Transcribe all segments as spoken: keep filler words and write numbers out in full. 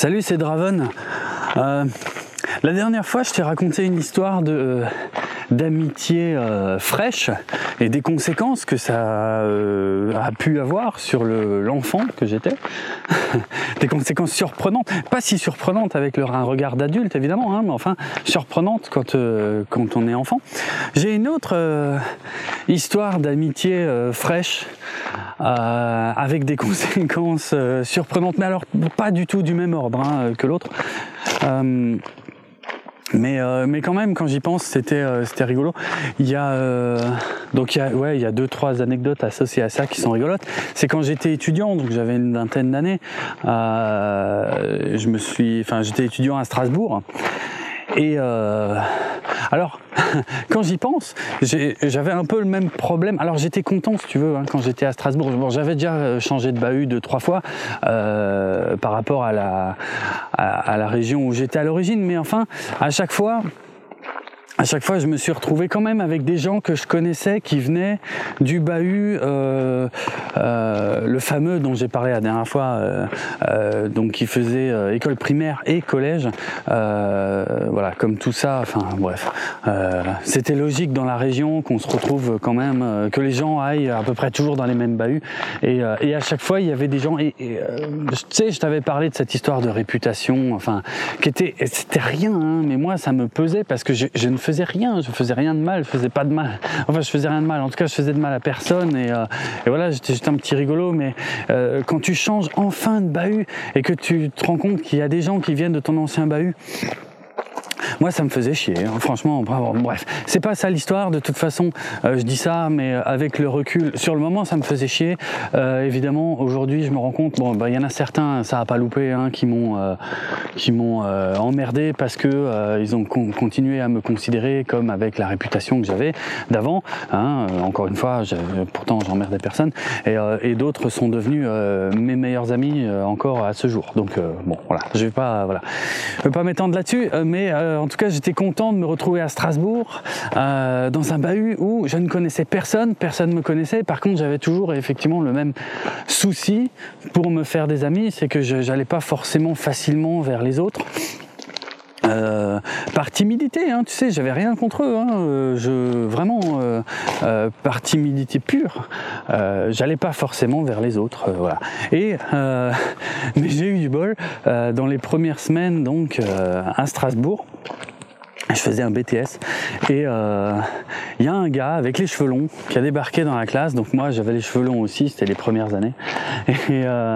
Salut, c'est Draven. Euh, la dernière fois, je t'ai raconté une histoire de, euh, d'amitié euh, fraîche et des conséquences que ça euh, a pu avoir sur le, l'enfant que j'étais. Des conséquences surprenantes, pas si surprenantes avec le, un regard d'adulte évidemment, hein, mais enfin surprenantes quand, euh, quand on est enfant. J'ai une autre euh, histoire d'amitié euh, fraîche euh, avec des conséquences euh, surprenantes, mais alors pas du tout du même ordre hein, que l'autre. Euh, Mais, euh, mais quand même, quand j'y pense, c'était, euh, c'était rigolo. Il y a, euh, donc il y a, ouais, il y a deux, trois anecdotes associées à ça qui sont rigolotes. C'est quand j'étais étudiant, donc j'avais une vingtaine d'années. Euh, je me suis, enfin, j'étais étudiant à Strasbourg. Et euh, alors, quand j'y pense, j'ai, j'avais un peu le même problème. Alors j'étais content, si tu veux, hein, quand j'étais à Strasbourg. Bon, j'avais déjà changé de bahut deux, trois fois euh, par rapport à la, à, à la région où j'étais à l'origine. Mais enfin, à chaque fois... À chaque fois, je me suis retrouvé quand même avec des gens que je connaissais qui venaient du bahut, euh, euh, le fameux dont j'ai parlé la dernière fois, euh, euh, donc qui faisait euh, école primaire et collège. Euh, voilà, comme tout ça. Enfin, bref, euh, c'était logique dans la région qu'on se retrouve quand même, euh, que les gens aillent à peu près toujours dans les mêmes bahuts. Et, euh, et à chaque fois, il y avait des gens. Et, et euh, tu sais, je t'avais parlé de cette histoire de réputation, enfin, qui était, c'était rien, hein, mais moi, ça me pesait parce que je, je ne faisais rien, je faisais rien de mal, je faisais pas de mal, enfin je faisais rien de mal, en tout cas je faisais de mal à personne et, euh, et voilà, j'étais juste un petit rigolo, mais euh, quand tu changes enfin de bahut et que tu te rends compte qu'il y a des gens qui viennent de ton ancien bahut, moi ça me faisait chier, hein, franchement, bref, c'est pas ça l'histoire, de toute façon, euh, je dis ça, mais avec le recul, sur le moment ça me faisait chier, euh, évidemment, aujourd'hui je me rends compte, bon, bah il y en a certains, ça a pas loupé, hein, qui m'ont euh, qui m'ont euh, emmerdé parce que euh, ils ont con- continué à me considérer comme avec la réputation que j'avais d'avant, hein, euh, encore une fois, pourtant j'emmerdais personne, et, euh, et d'autres sont devenus euh, mes meilleurs amis euh, encore à ce jour, donc euh, bon, voilà, je vais pas, voilà, je vais pas m'étendre là-dessus, euh, mais euh, en tout cas, j'étais content de me retrouver à Strasbourg, euh, dans un bahut où je ne connaissais personne, personne ne me connaissait. Par contre, j'avais toujours effectivement le même souci pour me faire des amis, c'est que je n'allais pas forcément facilement vers les autres. Euh, par timidité, hein, tu sais, j'avais rien contre eux, hein, euh, je, vraiment, euh, euh, par timidité pure, euh, j'allais pas forcément vers les autres, euh, voilà. Et, euh, mais j'ai eu du bol, euh, dans les premières semaines, donc, euh, à Strasbourg, je faisais un B T S, et il euh, y a un gars avec les cheveux longs qui a débarqué dans la classe, donc moi j'avais les cheveux longs aussi, c'était les premières années, et... Euh,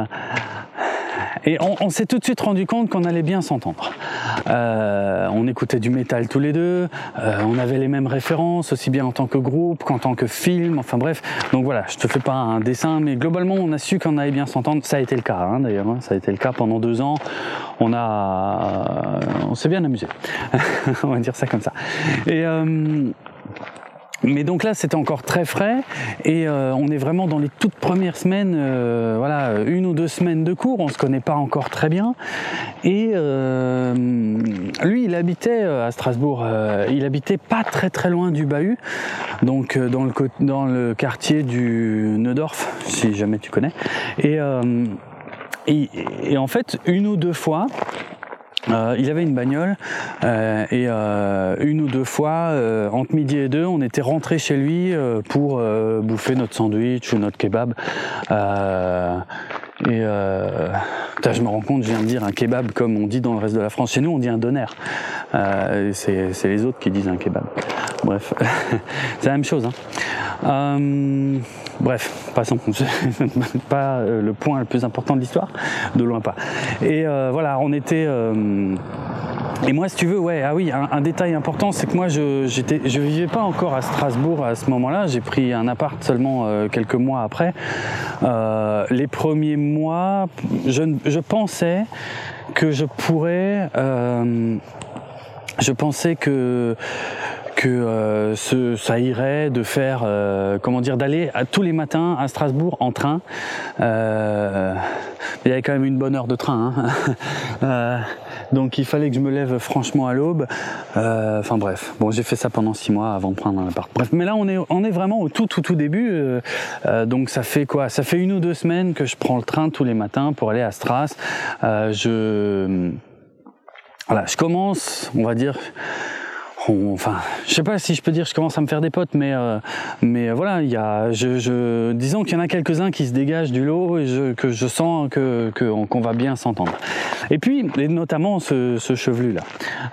Et on, on s'est tout de suite rendu compte qu'on allait bien s'entendre. Euh, on écoutait du métal tous les deux, euh, on avait les mêmes références, aussi bien en tant que groupe qu'en tant que film, enfin bref. Donc voilà, je te fais pas un dessin, mais globalement on a su qu'on allait bien s'entendre. Ça a été le cas hein, d'ailleurs, hein, ça a été le cas pendant deux ans. On a, on s'est bien amusé, on va dire ça comme ça. Et euh, Mais donc là, c'était encore très frais et euh, on est vraiment dans les toutes premières semaines, euh, voilà, une ou deux semaines de cours, on se connaît pas encore très bien. Et euh, lui, il habitait à Strasbourg, euh, il habitait pas très très loin du bahut, donc euh, dans le dans le quartier du Neudorf, si jamais tu connais. Et, euh, et, et en fait, une ou deux fois. Euh, il avait une bagnole euh, et euh, une ou deux fois euh, entre midi et deux on était rentré chez lui euh, pour euh, bouffer notre sandwich ou notre kebab euh, et euh, je me rends compte, je viens de dire un kebab comme on dit dans le reste de la France. Chez nous on dit un doner, euh, c'est, c'est les autres qui disent un kebab, bref. C'est la même chose hein. Euh, bref, passons. Pas euh, le point le plus important de l'histoire, de loin pas. Et euh, voilà, on était. Euh, et moi, si tu veux, ouais, ah oui, un, un détail important, c'est que moi, je, j'étais, je vivais pas encore à Strasbourg à ce moment-là. J'ai pris un appart seulement euh, quelques mois après. Euh, les premiers mois, je, je pensais que je pourrais. Euh, je pensais que que euh, ce, ça irait de faire, euh, comment dire, d'aller à, tous les matins à Strasbourg en train. Euh, il y avait quand même une bonne heure de train, hein. euh, donc il fallait que je me lève franchement à l'aube. Euh, enfin bref, bon, j'ai fait ça pendant six mois avant de prendre un appart. Bref, mais là on est, on est vraiment au tout tout tout début. Euh, euh, donc ça fait quoi? Ça fait une ou deux semaines que je prends le train tous les matins pour aller à Stras. Euh, je Voilà, je commence, on va dire, on, enfin, je sais pas si je peux dire, je commence à me faire des potes, mais euh, mais voilà, il y a, je, je, disons qu'il y en a quelques-uns qui se dégagent du lot et je, que je sens que, que qu'on va bien s'entendre. Et puis, et notamment ce, ce chevelu là,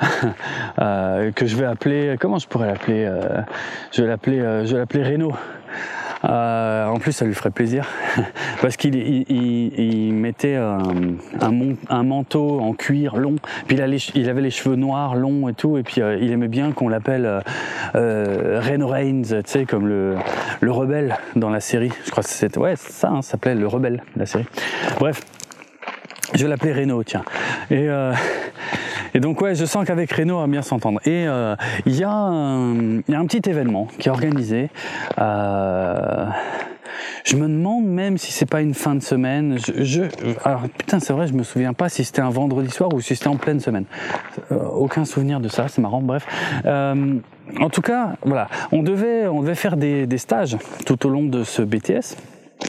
euh, que je vais appeler, comment je pourrais l'appeler, euh, je vais l'appeler, euh, je vais l'appeler Renaud. Euh, en plus, ça lui ferait plaisir parce qu'il il, il, il mettait un, un, mon, un manteau en cuir long. Puis il, a les, il avait les cheveux noirs, longs et tout. Et puis euh, il aimait bien qu'on l'appelle euh, euh, Reno Reigns, tu sais, comme le, le rebelle dans la série. Je crois que c'est ouais, c'est ça, hein, ça s'appelait le rebelle la série. Bref, je vais l'appeler Renaud, tiens. Et euh, Et donc ouais, je sens qu'avec Renaud, on va bien s'entendre. Et euh, il y a un, il y a un petit événement qui est organisé. Euh, je me demande même si c'est pas une fin de semaine. Je, je, alors putain, c'est vrai, je me souviens pas si c'était un vendredi soir ou si c'était en pleine semaine. Euh, aucun souvenir de ça, c'est marrant. Bref. Euh, en tout cas, voilà, on devait, on devait faire des, des stages tout au long de ce B T S.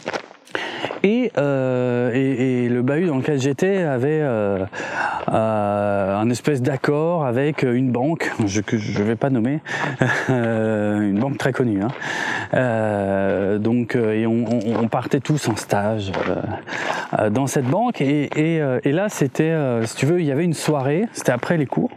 Et, euh, et, et le bahut dans lequel j'étais avait euh, euh, un espèce d'accord avec une banque, je, que je vais pas nommer, euh, une banque très connue. Hein. Euh, donc, et on, on, on partait tous en stage euh, dans cette banque. Et, et, et là, c'était, euh, si tu veux, il y avait une soirée, c'était après les cours.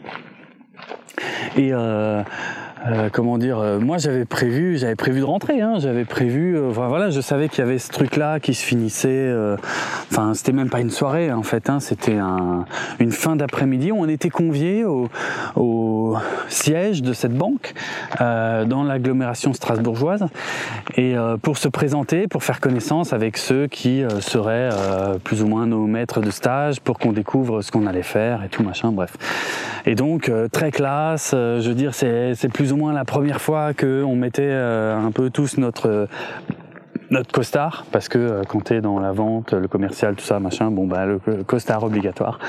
Et euh, Euh, comment dire, euh, moi j'avais prévu, j'avais prévu de rentrer, hein, j'avais prévu, euh, enfin, voilà, je savais qu'il y avait ce truc-là qui se finissait, euh, enfin c'était même pas une soirée en fait, hein, c'était un, une fin d'après-midi, on était conviés au, au siège de cette banque euh, dans l'agglomération strasbourgeoise et euh, pour se présenter, pour faire connaissance avec ceux qui euh, seraient euh, plus ou moins nos maîtres de stage, pour qu'on découvre ce qu'on allait faire et tout machin, bref. Et donc euh, très classe, euh, je veux dire c'est, c'est plus ou moins la première fois qu'on mettait euh, un peu tous notre notre costard, parce que euh, quand t'es dans la vente, le commercial, tout ça, machin, bon bah le costard obligatoire.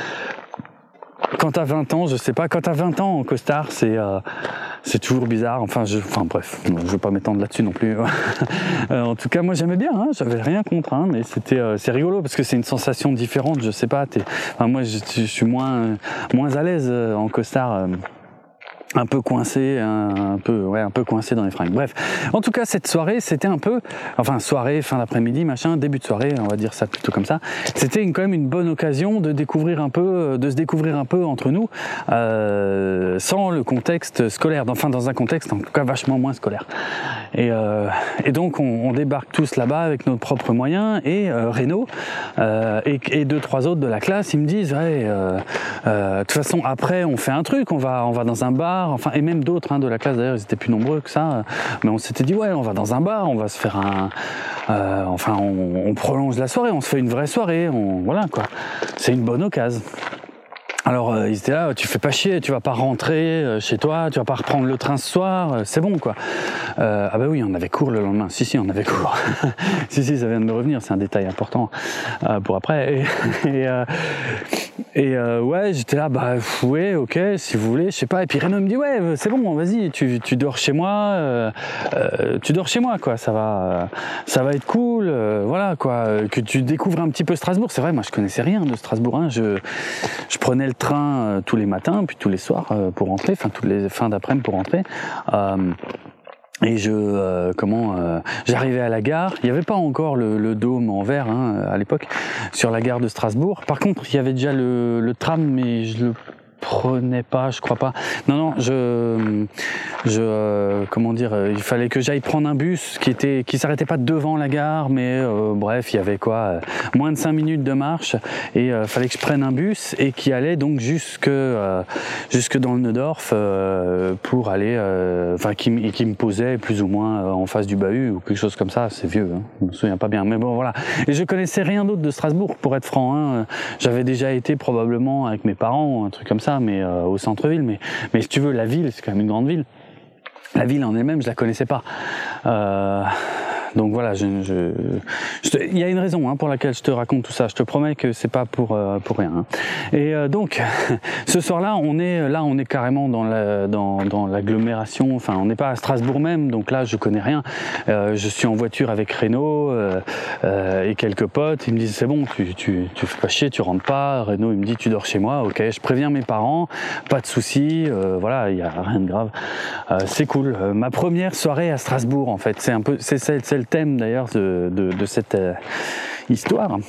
Quand t'as vingt ans, je sais pas, quand t'as vingt ans en costard, c'est euh, c'est toujours bizarre. Enfin, je, enfin bref, je veux pas m'étendre là-dessus non plus. euh, en tout cas, moi j'aimais bien, hein, j'avais rien contre, hein, mais c'était euh, c'est rigolo parce que c'est une sensation différente. Je sais pas, t'es, enfin, moi je, je suis moins moins à l'aise euh, en costard. Euh, un peu coincé, un, un peu, ouais, un peu coincé dans les fringues. Bref, en tout cas, cette soirée, c'était un peu, enfin, soirée, fin d'après-midi, machin, début de soirée, on va dire ça plutôt comme ça. C'était une, quand même une bonne occasion de découvrir un peu, de se découvrir un peu entre nous, euh, sans le contexte scolaire, enfin, dans un contexte en tout cas vachement moins scolaire. Et, euh, et donc, on, on débarque tous là-bas avec nos propres moyens. Et euh, Renaud euh, et, et deux, trois autres de la classe, ils me disent, ouais, euh, euh, de toute façon, après, on fait un truc, on va, on va dans un bar. Enfin, et même d'autres hein, de la classe d'ailleurs, ils étaient plus nombreux que ça, mais on s'était dit ouais, on va dans un bar, on va se faire un, euh, enfin, on, on prolonge la soirée, on se fait une vraie soirée, on, voilà quoi, c'est une bonne occasion. Alors euh, ils étaient là, tu fais pas chier, tu vas pas rentrer euh, chez toi, tu vas pas reprendre le train ce soir, euh, c'est bon quoi. Euh, ah bah oui, on avait cours le lendemain, si si on avait cours. si si, ça vient de me revenir, c'est un détail important euh, pour après. Et, et, euh, et euh, ouais, j'étais là, bah ouais, ok, si vous voulez, je sais pas. Et puis Renaud me dit ouais, c'est bon, vas-y, tu, tu dors chez moi, euh, euh, tu dors chez moi quoi, ça va, euh, ça va être cool, euh, voilà quoi, que tu découvres un petit peu Strasbourg. C'est vrai, moi je connaissais rien de Strasbourg, hein, je, je prenais le train euh, tous les matins, puis tous les soirs euh, pour rentrer, enfin toutes les fins d'après-midi pour rentrer. Euh, Et je, euh, comment, euh, j'arrivais à la gare. Il n'y avait pas encore le, le dôme en verre hein, à l'époque sur la gare de Strasbourg. Par contre, il y avait déjà le, le tram, mais je le prenais pas, je crois pas. Non, non, je, je, euh, comment dire, euh, il fallait que j'aille prendre un bus qui était, qui s'arrêtait pas devant la gare, mais euh, bref, il y avait quoi, euh, moins de cinq minutes de marche, et euh, fallait que je prenne un bus et qui allait donc jusque, euh, jusque dans le Neudorf euh, pour aller, enfin, euh, qui, qui me posait plus ou moins euh, en face du bahut ou quelque chose comme ça. C'est vieux, hein, je me souviens pas bien, mais bon, voilà. Et je connaissais rien d'autre de Strasbourg, pour être franc. Hein. J'avais déjà été probablement avec mes parents, un truc comme ça. mais euh, au centre-ville, mais, mais si tu veux, la ville, c'est quand même une grande ville. la ville en elle-même, je la connaissais pas. Euh, donc voilà, je, je, je te, il y a une raison hein, pour laquelle je te raconte tout ça. Je te promets que c'est pas pour euh, pour rien. Hein. Et euh, donc ce soir-là, on est là, on est carrément dans la, dans, dans l'agglomération. Enfin, on n'est pas à Strasbourg même, donc là, je connais rien. Euh, je suis en voiture avec Renaud euh, euh, et quelques potes. Ils me disent c'est bon, tu tu tu fais pas chier, tu rentres pas. Renaud, il me dit tu dors chez moi. Ok, je préviens mes parents, pas de souci. Euh, voilà, il y a rien de grave. Euh, c'est cool. Euh, ma première soirée à Strasbourg, en fait, c'est un peu, c'est c'est, c'est le thème d'ailleurs de, de, de cette euh, histoire.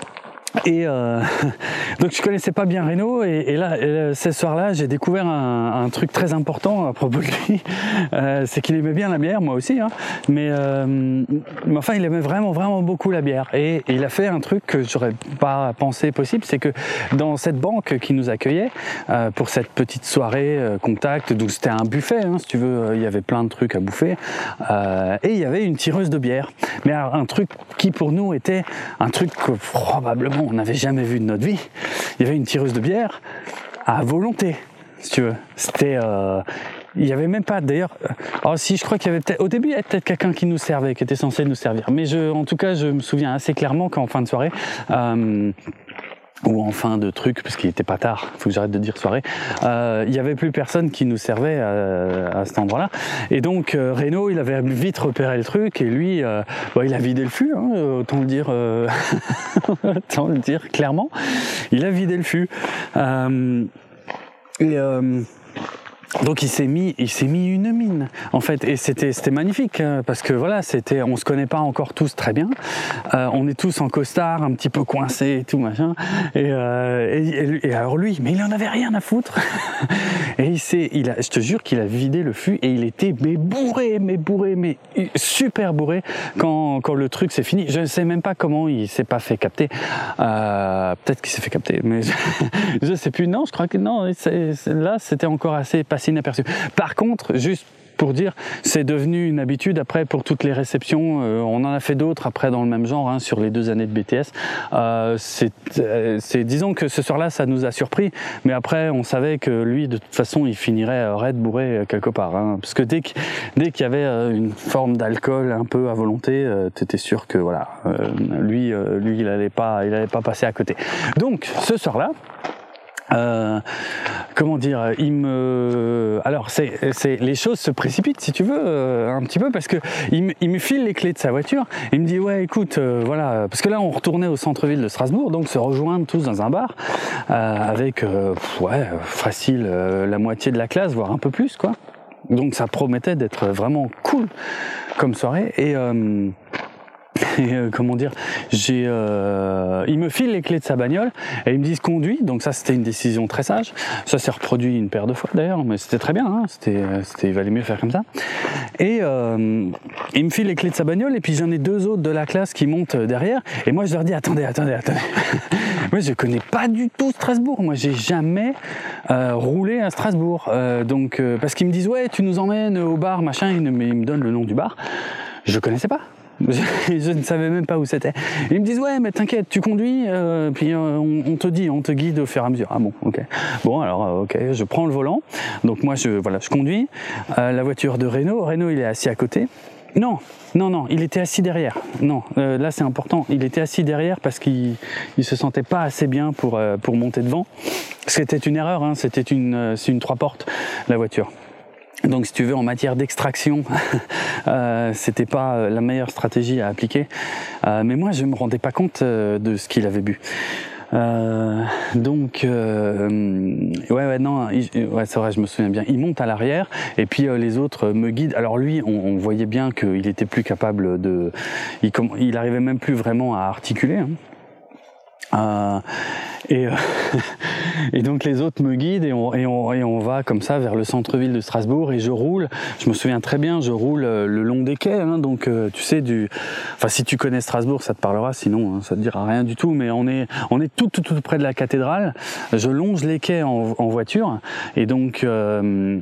Et euh, donc je connaissais pas bien Renaud et, et là, et, ce soir-là, j'ai découvert un, un truc très important à propos de lui. Euh, c'est qu'il aimait bien la bière, moi aussi, hein, mais, euh, mais enfin il aimait vraiment vraiment beaucoup la bière. Et, et il a fait un truc que j'aurais pas pensé possible, c'est que dans cette banque qui nous accueillait euh, pour cette petite soirée euh, contact, donc c'était un buffet, hein, si tu veux, euh, il y avait plein de trucs à bouffer euh, et il y avait une tireuse de bière. Mais alors, un truc qui pour nous était un truc que probablement on n'avait jamais vu de notre vie. Il y avait une tireuse de bière à volonté, si tu veux. C'était, euh, il y avait même pas, d'ailleurs. Oh si, je crois qu'il y avait peut-être, au début, il y avait peut-être quelqu'un qui nous servait, qui était censé nous servir. Mais je, en tout cas, je me souviens assez clairement qu'en fin de soirée. Euh, ou en fin de truc, parce qu'il était pas tard, faut que j'arrête de dire soirée, euh, il y avait plus personne qui nous servait à, à cet endroit-là. Et donc euh, Renaud, il avait vite repéré le truc, et lui, euh, bah, il a vidé le fût, hein, autant le dire, euh, autant le dire clairement. Il a vidé le fût. Euh, et euh, donc il s'est mis, il s'est mis une mine en fait, et c'était c'était magnifique hein, parce que voilà, c'était, on se connaît pas encore tous très bien, euh, on est tous en costard, un petit peu coincés et tout machin, et, euh, et, et alors lui, mais il en avait rien à foutre, et il s'est, il a, je te jure qu'il a vidé le fût et il était mais bourré, mais bourré, mais super bourré quand quand le truc s'est fini. Je ne sais même pas comment il s'est pas fait capter, euh, peut-être qu'il s'est fait capter, mais je, je sais plus. Non, je crois que non. C'est, c'est, là, c'était encore assez passé inaperçu. Par contre, juste pour dire, c'est devenu une habitude après pour toutes les réceptions. Euh, on en a fait d'autres après dans le même genre hein, sur les deux années de B T S. Euh, c'est, euh, c'est, disons que ce soir-là, ça nous a surpris, mais après, on savait que lui, de toute façon, il finirait raide bourré quelque part. Hein, parce que dès, qu', dès qu'il y avait euh, une forme d'alcool un peu à volonté, euh, t'étais sûr que voilà, euh, lui, euh, lui, il allait pas, il allait pas passer à côté. Donc, ce soir-là. Euh, comment dire, il me, alors c'est, c'est, les choses se précipitent si tu veux euh, un petit peu parce que il me, il me file les clés de sa voiture. Il me dit ouais écoute euh, voilà, parce que là on retournait au centre-ville de Strasbourg, donc se rejoindre tous dans un bar euh, avec euh, ouais facile euh, la moitié de la classe voire un peu plus quoi. Donc ça promettait d'être vraiment cool comme soirée et euh, Et euh, comment dire, j'ai, euh, il me file les clés de sa bagnole et il me dit conduis. Donc ça, c'était une décision très sage. Ça s'est reproduit une paire de fois d'ailleurs, mais c'était très bien. Hein, c'était, c'était, il valait mieux faire comme ça. Et euh, il me file les clés de sa bagnole et puis j'en ai deux autres de la classe qui montent derrière. Et moi, je leur dis attendez, attendez, attendez. Moi, je connais pas du tout Strasbourg. Moi, j'ai jamais euh, roulé à Strasbourg. Euh, donc, euh, parce qu'ils me disent ouais, tu nous emmènes au bar, machin. Ils me, ils me donnent le nom du bar. Je connaissais pas. Je, je ne savais même pas où c'était. Ils me disent ouais mais t'inquiète, tu conduis, euh, puis euh, on, on te dit, on te guide au fur et à mesure. Ah bon, ok. Bon alors euh, ok, je prends le volant. Donc moi je voilà, je conduis euh, la voiture de Renaud. Renaud il est assis à côté. Non, non, non, il était assis derrière. Non, euh, là c'est important. Il était assis derrière parce qu'il il se sentait pas assez bien pour euh, pour monter devant. C'était une erreur. Hein, c'était une euh, c'est une trois portes la voiture. Donc si tu veux en matière d'extraction euh, c'était pas la meilleure stratégie à appliquer euh, mais moi je me rendais pas compte euh, de ce qu'il avait bu euh, donc euh, ouais ouais non il, ouais c'est vrai je me souviens bien, il monte à l'arrière et puis euh, les autres me guident. Alors lui on, on voyait bien qu'il était plus capable de il, il arrivait même plus vraiment à articuler hein. Euh, et, euh, et donc les autres me guident et on, et, on, et on va comme ça vers le centre-ville de Strasbourg et je roule, je me souviens très bien, je roule le long des quais, hein, donc euh, tu sais du, enfin si tu connais Strasbourg ça te parlera, sinon hein, ça te dira rien du tout, mais on est on est tout tout tout près de la cathédrale, je longe les quais en, en voiture et donc euh,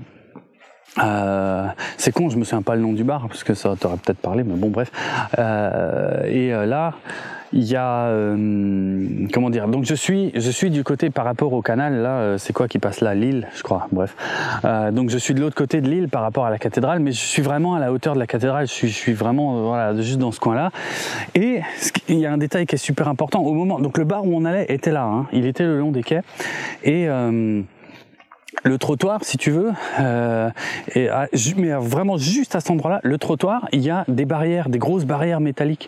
Euh, c'est con, je me souviens pas le nom du bar parce que ça t'aurait peut-être parlé, mais bon bref. Euh, et euh, là, il y a euh, comment dire, donc je suis je suis du côté par rapport au canal là, c'est quoi qui passe là, l'île je crois, bref euh, donc je suis de l'autre côté de l'île par rapport à la cathédrale, mais je suis vraiment à la hauteur de la cathédrale, je suis, je suis vraiment euh, voilà, juste dans ce coin là. Et il y a un détail qui est super important au moment, donc le bar où on allait était là, hein, il était le long des quais, et euh, le trottoir, si tu veux, euh, et à, mais vraiment juste à cet endroit-là, le trottoir, il y a des barrières, des grosses barrières métalliques.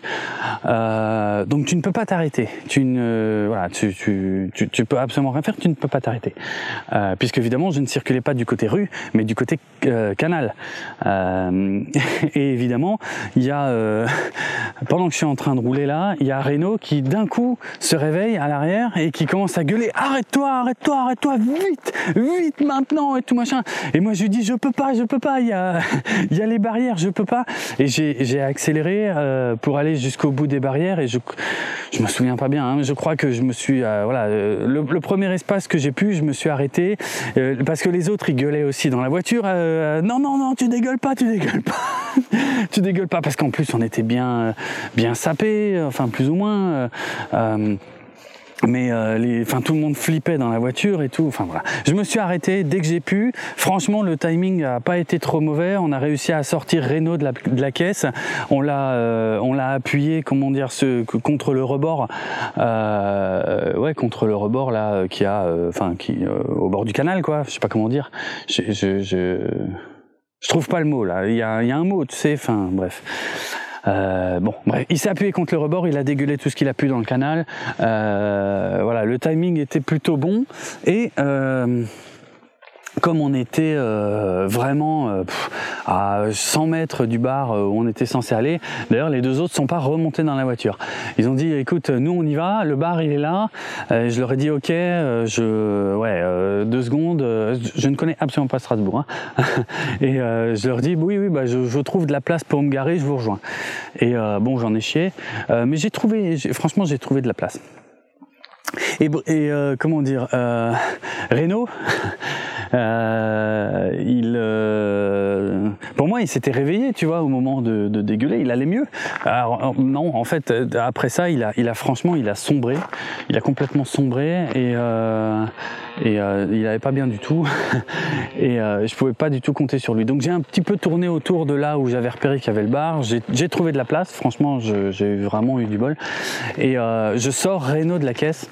Euh, donc tu ne peux pas t'arrêter. Tu ne, voilà, tu, tu, tu, tu peux absolument rien faire. Tu ne peux pas t'arrêter, euh, puisque évidemment, je ne circulais pas du côté rue, mais du côté euh, canal. Euh, et évidemment, il y a euh, pendant que je suis en train de rouler là, il y a Renaud qui d'un coup se réveille à l'arrière et qui commence à gueuler: arrête-toi, arrête-toi, arrête-toi, vite, vite maintenant et tout machin. Et moi je lui dis je peux pas, je peux pas, il y a, il y a les barrières, je peux pas. Et j'ai, j'ai accéléré euh, pour aller jusqu'au bout des barrières, et je, je me souviens pas bien, hein, mais je crois que je me suis, euh, voilà, euh, le, le premier espace que j'ai pu, je me suis arrêté euh, parce que les autres ils gueulaient aussi dans la voiture. Euh, non non non, tu dégueules pas, tu dégueules pas, tu dégueules pas, parce qu'en plus on était bien, bien sapés, enfin plus ou moins. Euh, euh, mais euh, les, enfin tout le monde flippait dans la voiture et tout. Enfin voilà, je me suis arrêté dès que j'ai pu. Franchement, le timing a pas été trop mauvais. On a réussi à sortir Renaud de la, de la caisse. On l'a, euh, on l'a appuyé, comment dire, ce, contre le rebord. Euh, ouais, contre le rebord là, qui a, enfin, euh, qui euh, au bord du canal, quoi. Je sais pas comment dire. Je, je, je, je trouve pas le mot là. Il y a, il y a un mot, tu sais. Enfin bref. Euh, bon, bref, il s'est appuyé contre le rebord, il a dégueulé tout ce qu'il a pu dans le canal. Euh, voilà, le timing était plutôt bon, et euh, comme on était euh, vraiment euh, pff, à cent mètres du bar où on était censé aller, d'ailleurs les deux autres sont pas remontés dans la voiture. Ils ont dit écoute, nous on y va, le bar il est là. Euh, je leur ai dit ok, euh, je ouais euh, deux secondes, euh, je ne connais absolument pas Strasbourg, hein. Et euh, je leur dis oui oui bah je, je trouve de la place pour me garer, je vous rejoins. Et euh, bon j'en ai chié, euh, mais j'ai trouvé, j'ai, franchement j'ai trouvé de la place. Et, et euh, comment dire, euh, Renaud, euh, il, euh, pour moi, il s'était réveillé, tu vois, au moment de, de dégueuler, il allait mieux. Alors, non, en fait, après ça, il a, il a franchement, il a sombré, il a complètement sombré, et, euh, et euh, il avait pas bien du tout, et euh, je pouvais pas du tout compter sur lui. Donc j'ai un petit peu tourné autour de là où j'avais repéré qu'il y avait le bar. J'ai, j'ai trouvé de la place, franchement, je, j'ai vraiment eu du bol, et euh, je sors Renaud de la caisse.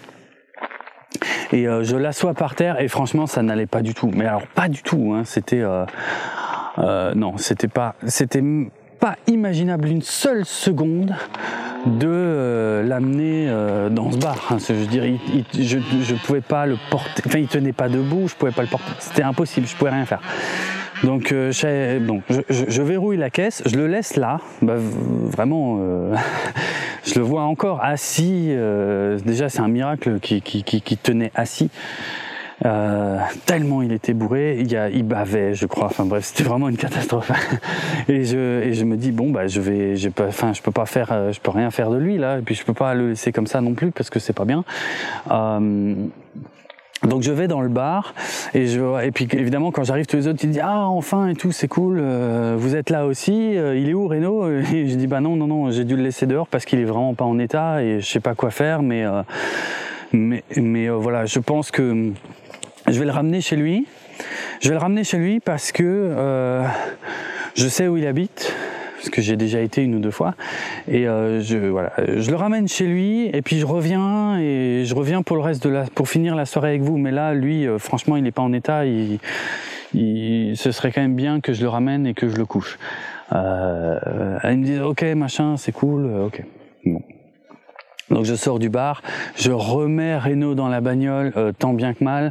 Et euh, je l'assois par terre, et franchement ça n'allait pas du tout, mais alors pas du tout, hein. C'était euh, euh, non, c'était pas, c'était pas imaginable une seule seconde de euh, l'amener euh, dans ce bar, hein. Je veux dire, il, il, je je pouvais pas le porter, enfin il tenait pas debout, je pouvais pas le porter, c'était impossible, je pouvais rien faire. Donc euh, je, bon, je, je, je verrouille la caisse, je le laisse là, bah, vraiment, euh, je le vois encore assis, euh, déjà c'est un miracle qui, qui, qui, qui tenait assis, euh, tellement il était bourré, il, y a, il bavait je crois, enfin bref c'était vraiment une catastrophe. Et je, et je me dis bon bah je vais, j'ai pas, enfin je peux pas faire, je peux rien faire de lui là, et puis je peux pas le laisser comme ça non plus parce que c'est pas bien. Euh, Donc je vais dans le bar, et je et puis évidemment quand j'arrive tous les autres ils disent ah enfin et tout c'est cool, euh, vous êtes là aussi, euh, il est où Renaud? Et je dis bah non non non j'ai dû le laisser dehors parce qu'il est vraiment pas en état et je sais pas quoi faire, mais euh, mais mais euh, voilà, je pense que je vais le ramener chez lui. Je vais le ramener chez lui parce que euh, je sais où il habite, parce que j'ai déjà été une ou deux fois, et euh, je voilà, je le ramène chez lui, et puis je reviens et je reviens pour le reste de la, pour finir la soirée avec vous. Mais là, lui, euh, franchement, il n'est pas en état. Il, il, ce serait quand même bien que je le ramène et que je le couche. Euh, elle me dit ok, machin, c'est cool, ok. Bon. Donc je sors du bar, je remets Renaud dans la bagnole, euh, tant bien que mal.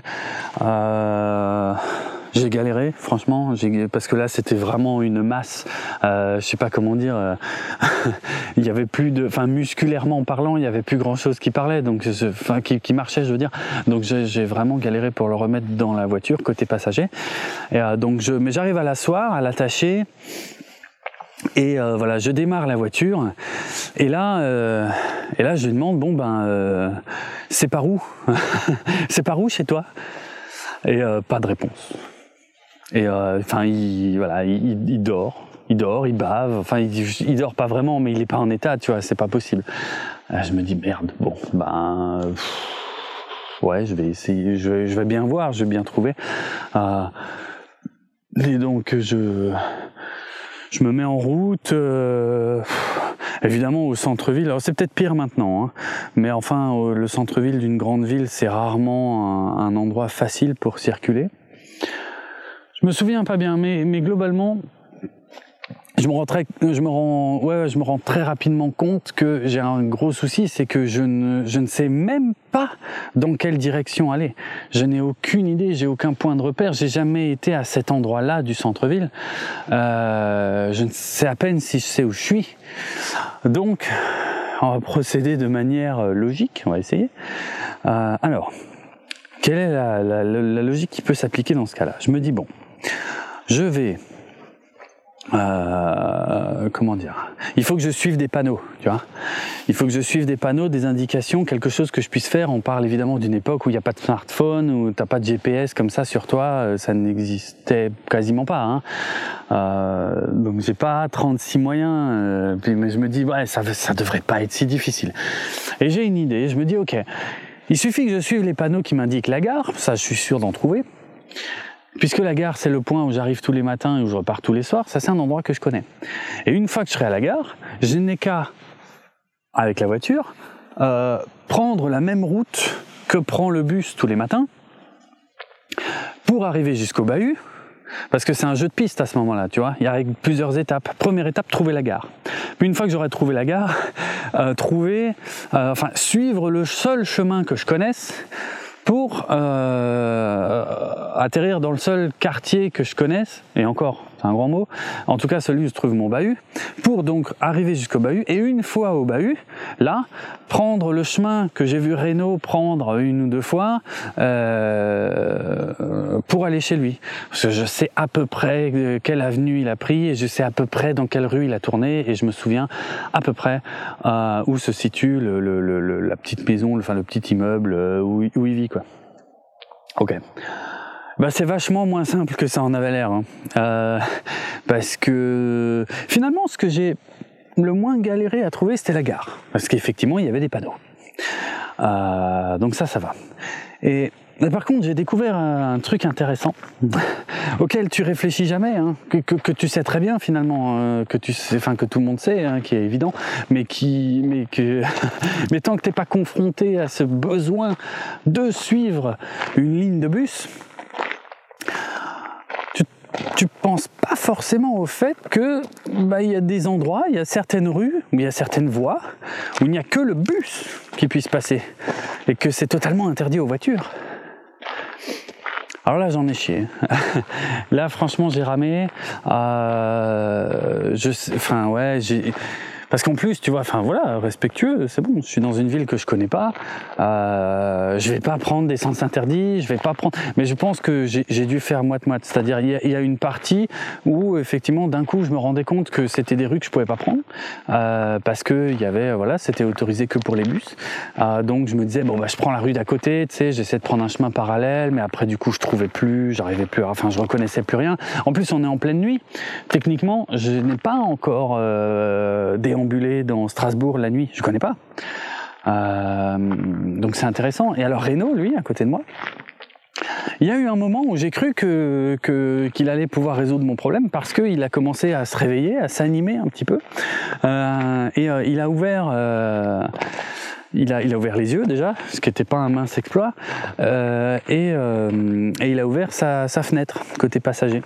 Euh, j'ai galéré, franchement, j'ai, parce que là c'était vraiment une masse. Euh, je sais pas comment dire. Euh, il y avait plus de, enfin musculairement parlant, il y avait plus grand chose qui parlait, donc, enfin qui, qui marchait, je veux dire. Donc j'ai, j'ai vraiment galéré pour le remettre dans la voiture côté passager. Et euh, donc je, mais j'arrive à l'asseoir, à l'attacher. Et euh, voilà, je démarre la voiture, et là, euh, et là, je lui demande bon ben, euh, c'est par où, c'est par où chez toi? Et euh, pas de réponse. Et enfin, euh, il voilà, il, il dort, il dort, il bave. Enfin, il, il dort pas vraiment, mais il est pas en état, tu vois, c'est pas possible. Euh, je me dis merde, bon, ben, pff, ouais, je vais essayer, je vais, je vais bien voir, je vais bien trouver. Euh, et donc je, je me mets en route. Euh, Évidemment au centre-ville, alors c'est peut-être pire maintenant, hein, mais enfin le centre-ville d'une grande ville, c'est rarement un, un endroit facile pour circuler. Je me souviens pas bien, mais, mais globalement, je me rends très, je me rends, ouais, je me rends très rapidement compte que j'ai un gros souci, c'est que je ne, je ne sais même pas dans quelle direction aller. Je n'ai aucune idée, j'ai aucun point de repère, j'ai jamais été à cet endroit-là du centre-ville. Euh, je ne sais à peine si je sais où je suis. Donc, on va procéder de manière logique, on va essayer. Euh, alors, quelle est la, la, la logique qui peut s'appliquer dans ce cas-là? Je me dis, bon, je vais... Euh, comment dire, il faut que je suive des panneaux, tu vois. Il faut que je suive des panneaux, des indications, quelque chose que je puisse faire. On parle évidemment d'une époque où il n'y a pas de smartphone, où t'as pas de G P S comme ça sur toi, ça n'existait quasiment pas. Hein. Euh, donc j'ai pas trente-six moyens, euh, puis, mais je me dis ouais, ça, ça devrait pas être si difficile. Et j'ai une idée, je me dis ok, il suffit que je suive les panneaux qui m'indiquent la gare, ça je suis sûr d'en trouver. Puisque la gare, c'est le point où j'arrive tous les matins et où je repars tous les soirs, ça c'est un endroit que je connais. Et une fois que je serai à la gare, je n'ai qu'à, avec la voiture, euh, prendre la même route que prend le bus tous les matins pour arriver jusqu'au bahut, parce que c'est un jeu de piste à ce moment-là, tu vois. Il y a plusieurs étapes. Première étape, trouver la gare. Puis une fois que j'aurai trouvé la gare, euh, trouver, euh, enfin suivre le seul chemin que je connaisse, pour euh, atterrir dans le seul quartier que je connaisse, et encore, c'est un grand mot, en tout cas celui où se trouve mon bahut, pour donc arriver jusqu'au bahut, et une fois au bahut, là, prendre le chemin que j'ai vu Renaud prendre une ou deux fois euh, pour aller chez lui. Parce que je sais à peu près quelle avenue il a pris, et je sais à peu près dans quelle rue il a tourné, et je me souviens à peu près euh, où se situe le, le, le, la petite maison, le, enfin le petit immeuble où, où il vit, quoi. Ok. Bah c'est vachement moins simple que ça en avait l'air, hein. euh, parce que finalement ce que j'ai le moins galéré à trouver c'était la gare, parce qu'effectivement il y avait des panneaux. Euh, donc ça ça va. Et mais par contre, j'ai découvert un, un truc intéressant auquel tu réfléchis jamais, hein, que, que, que tu sais très bien finalement, euh, que tu sais, enfin que tout le monde sait, hein, qui est évident, mais qui, mais que, mais tant que t'es pas confronté à ce besoin de suivre une ligne de bus, tu, tu penses pas forcément au fait que bah il y a des endroits, il y a certaines rues, où il y a certaines voies où il n'y a que le bus qui puisse passer et que c'est totalement interdit aux voitures. Alors là, j'en ai chié. Là, franchement, j'ai ramé. Euh, je, enfin, ouais, j'ai. Parce qu'en plus, tu vois, enfin voilà, respectueux, c'est bon. Je suis dans une ville que je connais pas. Euh, je vais pas prendre des sens interdits. Je vais pas prendre. Mais je pense que j'ai, j'ai dû faire moite-moite. C'est-à-dire, il y, a, il y a une partie où effectivement, d'un coup, je me rendais compte que c'était des rues que je pouvais pas prendre euh, parce que il y avait, voilà, c'était autorisé que pour les bus. Euh, donc, je me disais bon bah, je prends la rue d'à côté. Tu sais, j'essaie de prendre un chemin parallèle, mais après, du coup, je trouvais plus, j'arrivais plus, à, enfin, je reconnaissais plus rien. En plus, on est en pleine nuit. Techniquement, je n'ai pas encore euh, déambulé dans Strasbourg la nuit, je connais pas. Euh, donc c'est intéressant. Et alors Renaud, lui, à côté de moi, il y a eu un moment où j'ai cru que, que, qu'il allait pouvoir résoudre mon problème parce qu'il a commencé à se réveiller, à s'animer un petit peu. Euh, et euh, il a ouvert... Euh, Il a, il a ouvert les yeux déjà, ce qui n'était pas un mince exploit, euh, et, euh, et il a ouvert sa, sa fenêtre côté passager.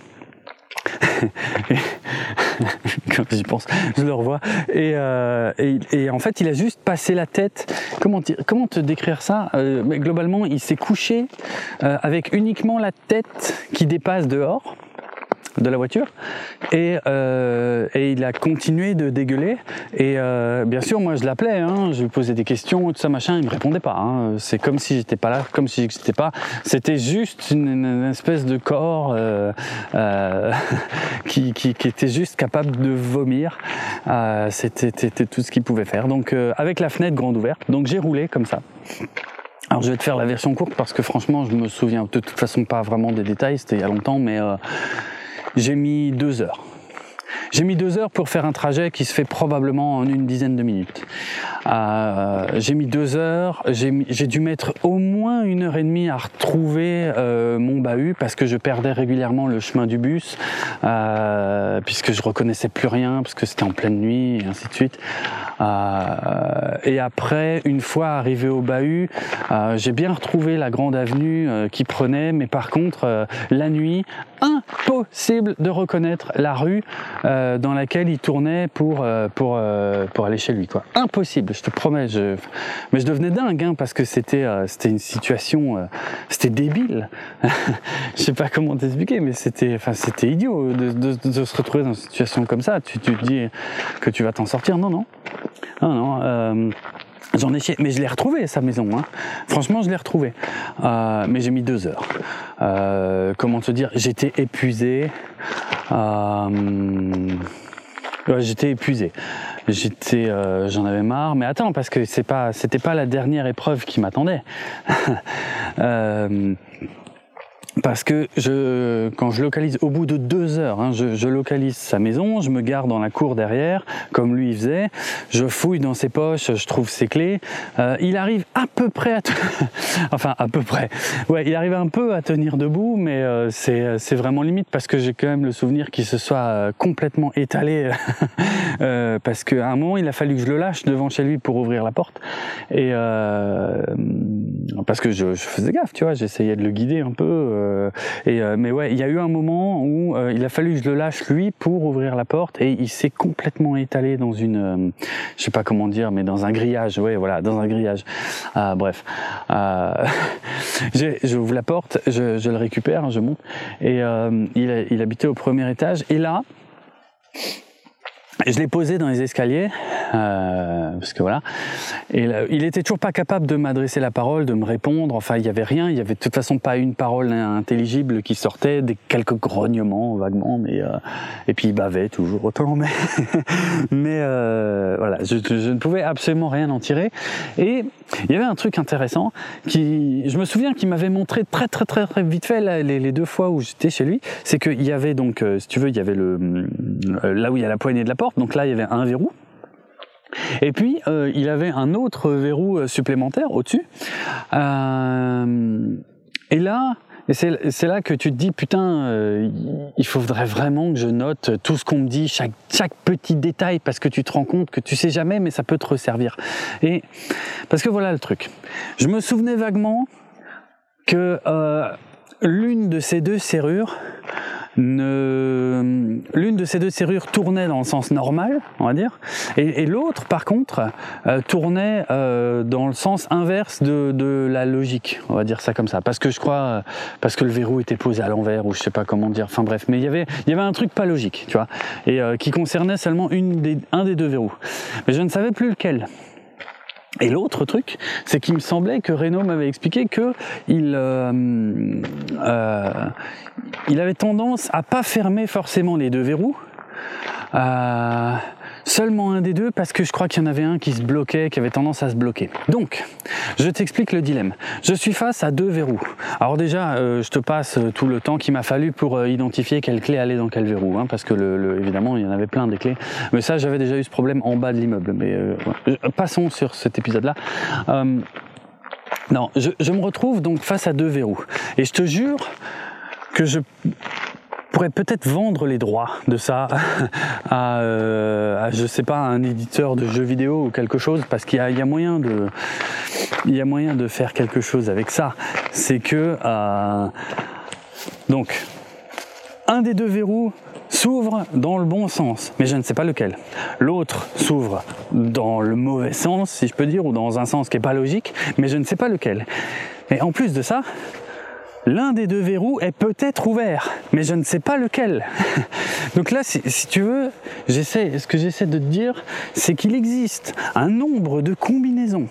Quand j'y pense, je le revois. Et, euh, et, et en fait, il a juste passé la tête. Comment, comment te décrire ça euh, mais globalement, il s'est couché euh, avec uniquement la tête qui dépasse dehors de la voiture et, euh, et il a continué de dégueuler et euh, bien sûr moi je l'appelais, hein, je lui posais des questions tout ça machin, il me répondait pas, hein. C'est comme si j'étais pas là, comme si j'existais pas, c'était juste une, une espèce de corps euh, euh, qui, qui, qui était juste capable de vomir, euh, c'était, c'était tout ce qu'il pouvait faire, donc euh, avec la fenêtre grande ouverte, donc j'ai roulé comme ça. Alors je vais te faire la version courte parce que franchement je me souviens de toute façon pas vraiment des détails, c'était il y a longtemps, mais euh, j'ai mis deux heures. j'ai mis deux heures pour faire un trajet qui se fait probablement en une dizaine de minutes. Euh, j'ai mis deux heures, j'ai, mis, j'ai dû mettre au moins une heure et demie à retrouver euh, mon bahut parce que je perdais régulièrement le chemin du bus, euh, puisque je reconnaissais plus rien, parce que c'était en pleine nuit, et ainsi de suite. Euh, et après, une fois arrivé au bahut, euh, j'ai bien retrouvé la grande avenue euh, qui prenait, mais par contre, euh, la nuit, impossible de reconnaître la rue euh, dans laquelle il tournait pour euh, pour euh, pour aller chez lui, quoi. Impossible, je te promets. Je... Mais je devenais dingue, hein, parce que c'était euh, c'était une situation, euh, c'était débile. Je sais pas comment t'expliquer, mais c'était enfin c'était idiot de, de, de se retrouver dans une situation comme ça. Tu, tu te dis que tu vas t'en sortir, non non. Non, non, euh, j'en ai chié, mais je l'ai retrouvé sa maison, hein. Franchement je l'ai retrouvé, euh, mais j'ai mis deux heures. Euh, comment te dire, j'étais épuisé, euh, ouais, j'étais épuisé, j'étais, euh, j'en avais marre, mais attends, parce que c'est pas, c'était pas la dernière épreuve qui m'attendait. euh, Parce que je, quand je localise, au bout de deux heures, hein, je, je localise sa maison, je me gare dans la cour derrière, comme lui il faisait, je fouille dans ses poches, je trouve ses clés, euh, il arrive à peu près à, te... enfin à peu près, ouais, il arrive un peu à tenir debout, mais euh, c'est, c'est vraiment limite parce que j'ai quand même le souvenir qu'il se soit euh, complètement étalé, euh, parce qu'à un moment il a fallu que je le lâche devant chez lui pour ouvrir la porte, et euh, parce que je, je faisais gaffe, tu vois, j'essayais de le guider un peu. Euh, et euh, mais ouais, il y a eu un moment où euh, il a fallu que je le lâche lui pour ouvrir la porte et il s'est complètement étalé dans une, euh, je sais pas comment dire, mais dans un grillage, ouais, voilà, dans un grillage. Euh, bref, euh, j'ouvre la porte, je, je le récupère, je monte et euh, il, il habitait au premier étage et là. Je l'ai posé dans les escaliers, euh, parce que voilà, et là, il était toujours pas capable de m'adresser la parole, de me répondre, enfin il y avait rien, il y avait de toute façon pas une parole intelligible qui sortait, des quelques grognements vaguement, mais euh, et puis il bavait toujours autant, mais mais euh, voilà, je, je ne pouvais absolument rien en tirer. Et il y avait un truc intéressant qui, je me souviens qu'il m'avait montré très très très très vite fait là, les, les deux fois où j'étais chez lui, c'est qu'il y avait donc, euh, si tu veux, il y avait le euh, là où il y a la poignée de la porte. Donc là, il y avait un verrou. Et puis, euh, il avait un autre verrou supplémentaire au-dessus. Euh, et là, et c'est, c'est là que tu te dis, putain, euh, il faudrait vraiment que je note tout ce qu'on me dit, chaque, chaque petit détail, parce que tu te rends compte que tu sais jamais, mais ça peut te resservir. Et parce que voilà le truc. Je me souvenais vaguement que euh, l'une de ces deux serrures, Ne... l'une de ces deux serrures tournait dans le sens normal, on va dire, et, et l'autre, par contre, euh, tournait euh, dans le sens inverse de, de la logique, on va dire ça comme ça, parce que je crois, euh, parce que le verrou était posé à l'envers, ou je sais pas comment dire, enfin bref, mais il y avait, il y avait un truc pas logique, tu vois, et euh, qui concernait seulement une des, un des deux verrous, mais je ne savais plus lequel. Et l'autre truc, c'est qu'il me semblait que Renaud m'avait expliqué que il, euh, euh, il avait tendance à pas fermer forcément les deux verrous, euh, seulement un des deux, parce que je crois qu'il y en avait un qui se bloquait, qui avait tendance à se bloquer. Donc, je t'explique le dilemme. Je suis face à deux verrous. Alors déjà, euh, je te passe tout le temps qu'il m'a fallu pour euh, identifier quelle clé allait dans quel verrou, hein, parce que le, le, évidemment, il y en avait plein des clés. Mais ça, j'avais déjà eu ce problème en bas de l'immeuble. Mais euh, ouais. Passons sur cet épisode-là. Euh, non, je, je me retrouve donc face à deux verrous. Et je te jure que je pourrais peut-être vendre les droits de ça à, euh, à je sais pas, un éditeur de jeux vidéo ou quelque chose, parce qu'il y a, il y a moyen de il y a moyen de faire quelque chose avec ça. C'est que euh, donc un des deux verrous s'ouvre dans le bon sens, mais je ne sais pas lequel. L'autre s'ouvre dans le mauvais sens, si je peux dire, ou dans un sens qui est pas logique, mais je ne sais pas lequel. Et en plus de ça, l'un des deux verrous est peut-être ouvert, mais je ne sais pas lequel. Donc là, si, si tu veux, j'essaie, ce que j'essaie de te dire, c'est qu'il existe un nombre de combinaisons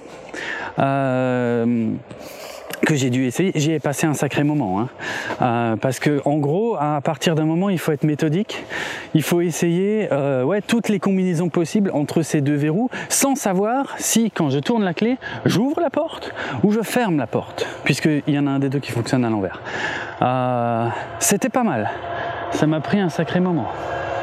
euh, que j'ai dû essayer. J'y ai passé un sacré moment, hein. euh, parce que en gros, à partir d'un moment, il faut être méthodique. Il faut essayer, euh, ouais, toutes les combinaisons possibles entre ces deux verrous, sans savoir si, quand je tourne la clé, j'ouvre la porte ou je ferme la porte, puisqu'il y en a un des deux qui fonctionne à l'envers. Euh, c'était pas mal. Ça m'a pris un sacré moment.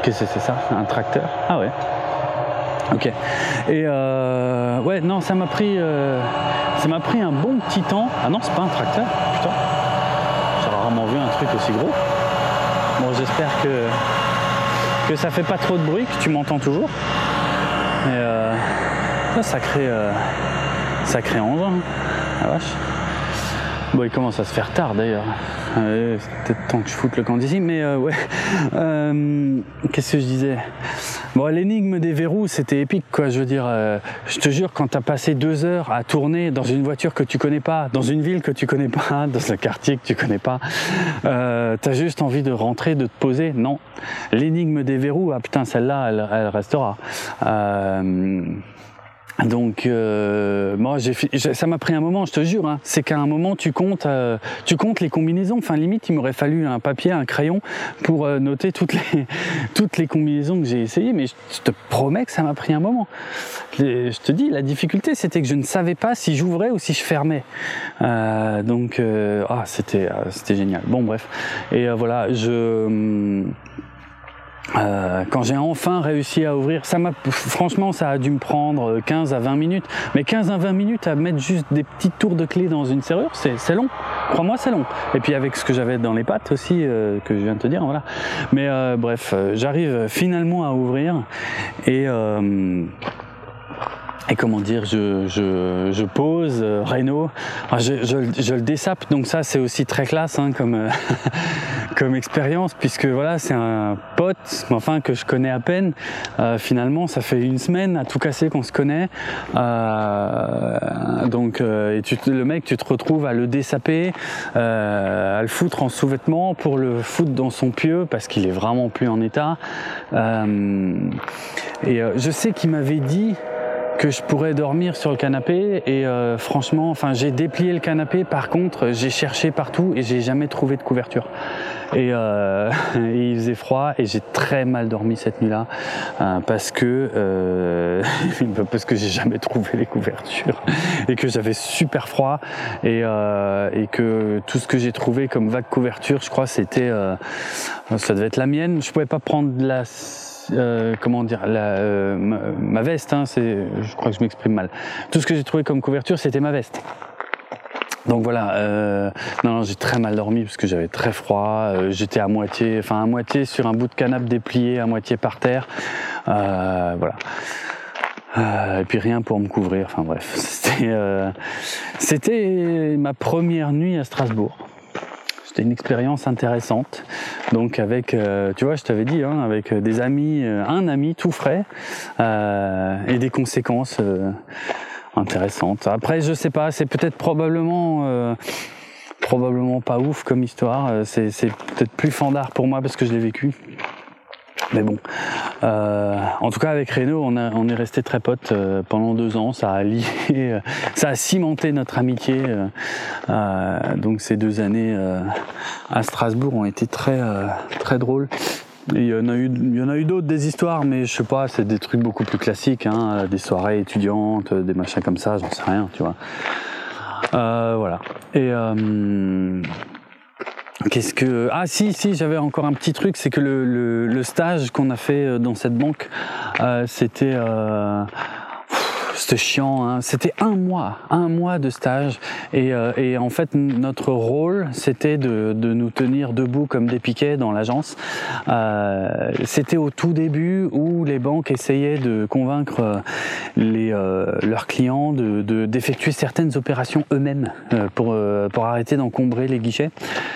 Qu'est-ce que c'est ça? Un tracteur? Ah ouais. Ok. Et euh, ouais, non, ça m'a pris, euh, ça m'a pris un bon petit temps. Ah non, c'est pas un tracteur, putain. J'ai rarement vu un truc aussi gros. Bon, j'espère que que ça fait pas trop de bruit, que tu m'entends toujours. Mais euh, là, sacré, euh, sacré engin. La vache. Bon, il commence à se faire tard d'ailleurs. Euh, c'est peut-être temps que je foute le camp d'ici, mais euh, ouais. Euh, qu'est-ce que je disais? Bon, l'énigme des verrous, c'était épique, quoi. Je veux dire, euh, je te jure, quand t'as passé deux heures à tourner dans une voiture que tu connais pas, dans une ville que tu connais pas, dans un quartier que tu connais pas, euh, t'as juste envie de rentrer, de te poser. Non. L'énigme des verrous, ah putain, celle-là, elle, elle restera. Euh, Donc, euh, moi, j'ai, ça m'a pris un moment, je te jure. Hein, c'est qu'à un moment, tu comptes, euh, tu comptes les combinaisons. Enfin, limite, il m'aurait fallu un papier, un crayon pour euh, noter toutes les toutes les combinaisons que j'ai essayées. Mais je, je te promets que ça m'a pris un moment. Les, je te dis, la difficulté, c'était que je ne savais pas si j'ouvrais ou si je fermais. Euh, donc, euh, ah, c'était euh, c'était génial. Bon, bref. Et euh, voilà, je. Hum, Euh, quand j'ai enfin réussi à ouvrir, ça m'a, franchement, ça a dû me prendre quinze à vingt minutes. Mais quinze à vingt minutes à mettre juste des petites tours de clé dans une serrure, c'est, c'est long. Crois-moi, c'est long. Et puis avec ce que j'avais dans les pattes aussi, euh, que je viens de te dire, voilà. Mais euh, bref, euh, j'arrive finalement à ouvrir et. Euh, Et comment dire, je, je, je pose euh, Renault, je, je, je le dessape, donc ça c'est aussi très classe hein, comme, euh, comme expérience, puisque voilà, c'est un pote, enfin que je connais à peine. Euh, finalement, ça fait une semaine à tout casser qu'on se connaît, euh, donc euh, et tu, le mec, tu te retrouves à le dessaper, euh, à le foutre en sous-vêtements pour le foutre dans son pieu parce qu'il est vraiment plus en état. Euh, et euh, je sais qu'il m'avait dit que je pourrais dormir sur le canapé et euh, franchement, enfin j'ai déplié le canapé, par contre j'ai cherché partout et j'ai jamais trouvé de couverture et, euh, et il faisait froid et j'ai très mal dormi cette nuit-là euh, parce que euh, parce que j'ai jamais trouvé les couvertures et que j'avais super froid et, euh, et que tout ce que j'ai trouvé comme vague couverture, je crois c'était euh, ça devait être la mienne, je pouvais pas prendre la Euh, comment dire, la, euh, ma, ma veste, hein, c'est, je crois que je m'exprime mal. Tout ce que j'ai trouvé comme couverture, c'était ma veste. Donc voilà, euh, non, non, j'ai très mal dormi parce que j'avais très froid. Euh, j'étais à moitié, enfin à moitié sur un bout de canapé déplié, à moitié par terre. Euh, voilà. Euh, et puis rien pour me couvrir. Enfin bref, c'était, euh, c'était ma première nuit à Strasbourg. C'était une expérience intéressante. Donc avec, euh, tu vois, je t'avais dit, hein, avec des amis, euh, un ami tout frais euh, et des conséquences euh, intéressantes. Après, je sais pas, c'est peut-être probablement, euh, probablement pas ouf comme histoire. C'est, c'est peut-être plus fandard pour moi parce que je l'ai vécu. Mais bon, euh, en tout cas avec Renaud, on, a, on est resté très potes euh, pendant deux ans. Ça a lié, euh, ça a cimenté notre amitié. Euh, euh, donc ces deux années euh, à Strasbourg ont été très euh, très drôles. Et il y en a eu, il y en a eu d'autres des histoires, mais je sais pas, c'est des trucs beaucoup plus classiques, hein, des soirées étudiantes, des machins comme ça, j'en sais rien, tu vois. Euh, voilà. Et euh, Qu'est-ce que ah si si j'avais encore un petit truc, c'est que le, le, le stage qu'on a fait dans cette banque, euh, c'était euh, c'était chiant, hein. C'était un mois, un mois de stage et, euh, et en fait notre rôle c'était de, de nous tenir debout comme des piquets dans l'agence. Euh, c'était au tout début où les banques essayaient de convaincre les, euh, leurs clients de, de, d'effectuer certaines opérations eux-mêmes euh, pour, euh, pour arrêter d'encombrer les guichets.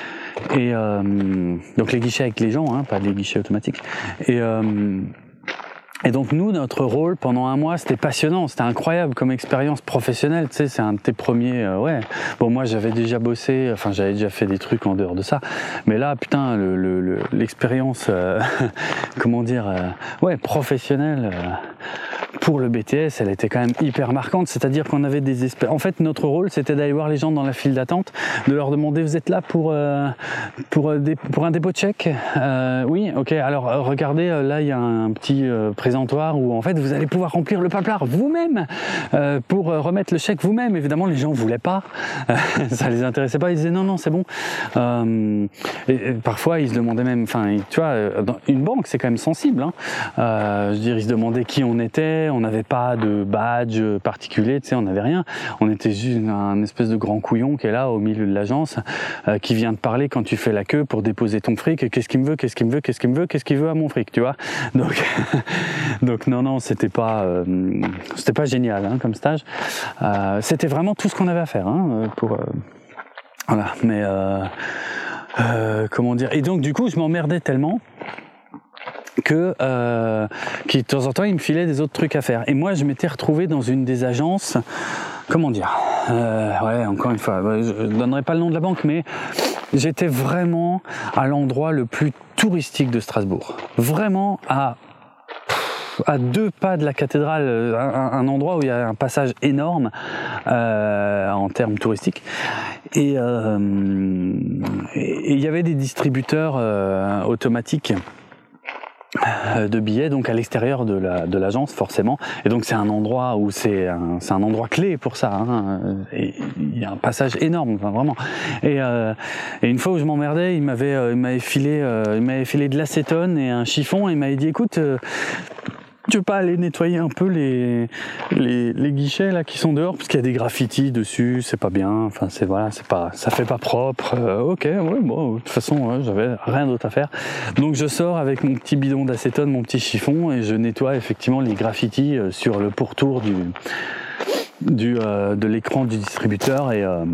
Et euh, donc les guichets avec les gens, hein, pas les guichets automatiques. Et, euh, et donc nous, notre rôle pendant un mois, c'était passionnant, c'était incroyable comme expérience professionnelle. Tu sais, c'est un de tes premiers. Euh, ouais. Bon, moi, j'avais déjà bossé, enfin, j'avais déjà fait des trucs en dehors de ça. Mais là, putain, le, le, le, l'expérience, euh, comment dire, euh, ouais, professionnelle. Euh, pour le B T S, elle était quand même hyper marquante, c'est-à-dire qu'on avait des espèces... En fait, notre rôle, c'était d'aller voir les gens dans la file d'attente, de leur demander, vous êtes là pour, euh, pour, euh, des, pour un dépôt de chèque euh, Oui, ok, alors euh, regardez, euh, là, il y a un petit euh, présentoir où, en fait, vous allez pouvoir remplir le paplard vous-même euh, pour euh, remettre le chèque vous-même. Évidemment, les gens ne voulaient pas, ça les intéressait pas, ils disaient non, non, c'est bon. Euh, et, et parfois, ils se demandaient même, enfin, tu vois, dans une banque, c'est quand même sensible, hein. Euh, je veux dire, ils se demandaient qui on était, on n'avait pas de badge particulier, tu sais, on n'avait rien. On était juste un espèce de grand couillon qui est là au milieu de l'agence, euh, qui vient te parler quand tu fais la queue pour déposer ton fric. Qu'est-ce qu'il me veut, qu'est-ce qu'il me veut, qu'est-ce qu'il me veut, qu'est-ce qu'il veut à mon fric, tu vois. Donc, donc non, non, c'était pas, euh, c'était pas génial hein, comme stage. Euh, c'était vraiment tout ce qu'on avait à faire hein, pour, euh, voilà. Mais euh, euh, comment dire. Et donc du coup, je m'emmerdais tellement que euh, qui de temps en temps il me filait des autres trucs à faire. Et moi je m'étais retrouvé dans une des agences, comment dire, euh, ouais encore une fois, je ne donnerai pas le nom de la banque, mais j'étais vraiment à l'endroit le plus touristique de Strasbourg, vraiment à à deux pas de la cathédrale, un, un endroit où il y a un passage énorme euh, en termes touristiques. Et euh, il y avait des distributeurs euh, automatiques de billets donc à l'extérieur de la de l'agence forcément, et donc c'est un endroit où c'est un c'est un endroit clé pour ça hein. Et il y a un passage énorme enfin, vraiment et euh, et une fois où je m'emmerdais, il m'avait euh, il m'avait filé euh, il m'avait filé de l'acétone et un chiffon et il m'avait dit écoute euh, tu veux pas aller nettoyer un peu les, les, les guichets là qui sont dehors parce qu'il y a des graffitis dessus, c'est pas bien, enfin c'est voilà, c'est pas, ça fait pas propre. Euh, ok, ouais, bon, de toute façon, ouais, j'avais rien d'autre à faire. Donc je sors avec mon petit bidon d'acétone, mon petit chiffon et je nettoie effectivement les graffitis sur le pourtour du, du euh, de l'écran du distributeur et euh,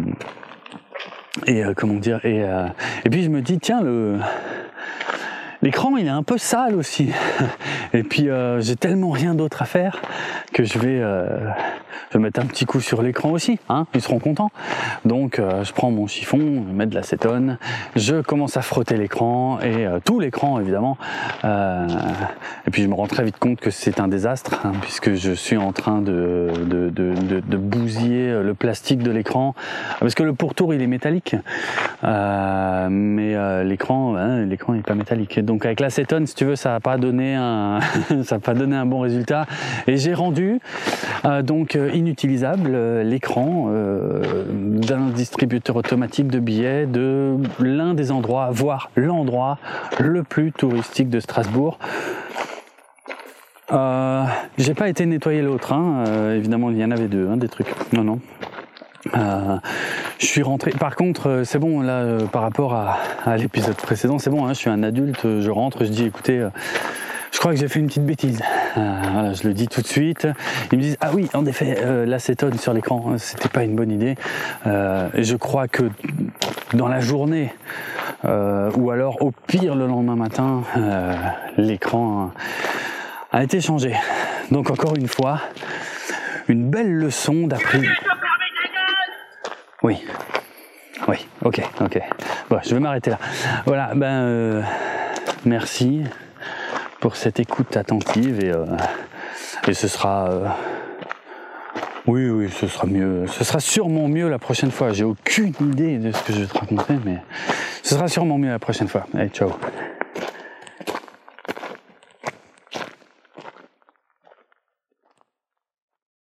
et euh, comment dire et euh, et puis je me dis tiens le l'écran il est un peu sale aussi et puis euh, j'ai tellement rien d'autre à faire que je vais, euh, je vais mettre un petit coup sur l'écran aussi, hein, ils seront contents. Donc euh, je prends mon chiffon, je mets de l'acétone, je commence à frotter l'écran et euh, tout l'écran évidemment euh, et puis je me rends très vite compte que c'est un désastre hein, puisque je suis en train de, de, de, de, de bousiller le plastique de l'écran parce que le pourtour il est métallique euh, mais euh, l'écran hein, l'écran n'est pas métallique. Donc avec l'acétone, si tu veux, ça n'a pas donné un, ça n'a pas donné un bon résultat. Et j'ai rendu euh, donc euh, inutilisable euh, l'écran euh, d'un distributeur automatique de billets de l'un des endroits, voire l'endroit le plus touristique de Strasbourg. Euh, j'ai pas été nettoyer l'autre, hein. Euh, évidemment il y en avait deux, hein, des trucs. Non non. Euh, je suis rentré. Par contre, c'est bon là euh, par rapport à, à l'épisode précédent, c'est bon. Hein, je suis un adulte, je rentre, je dis écoutez, euh, je crois que j'ai fait une petite bêtise. Euh, voilà, je le dis tout de suite. Ils me disent ah oui, en effet, euh, l'acétone sur l'écran, c'était pas une bonne idée. Euh, et je crois que dans la journée, euh, ou alors au pire le lendemain matin, euh, l'écran a été changé. Donc encore une fois, une belle leçon d'appris. Oui, oui, ok, ok. Bon, je vais m'arrêter là. Voilà, ben euh, merci pour cette écoute attentive et, euh, et ce sera, euh, oui, oui, ce sera mieux. Ce sera sûrement mieux la prochaine fois. J'ai aucune idée de ce que je vais te raconter, mais ce sera sûrement mieux la prochaine fois. Allez, ciao.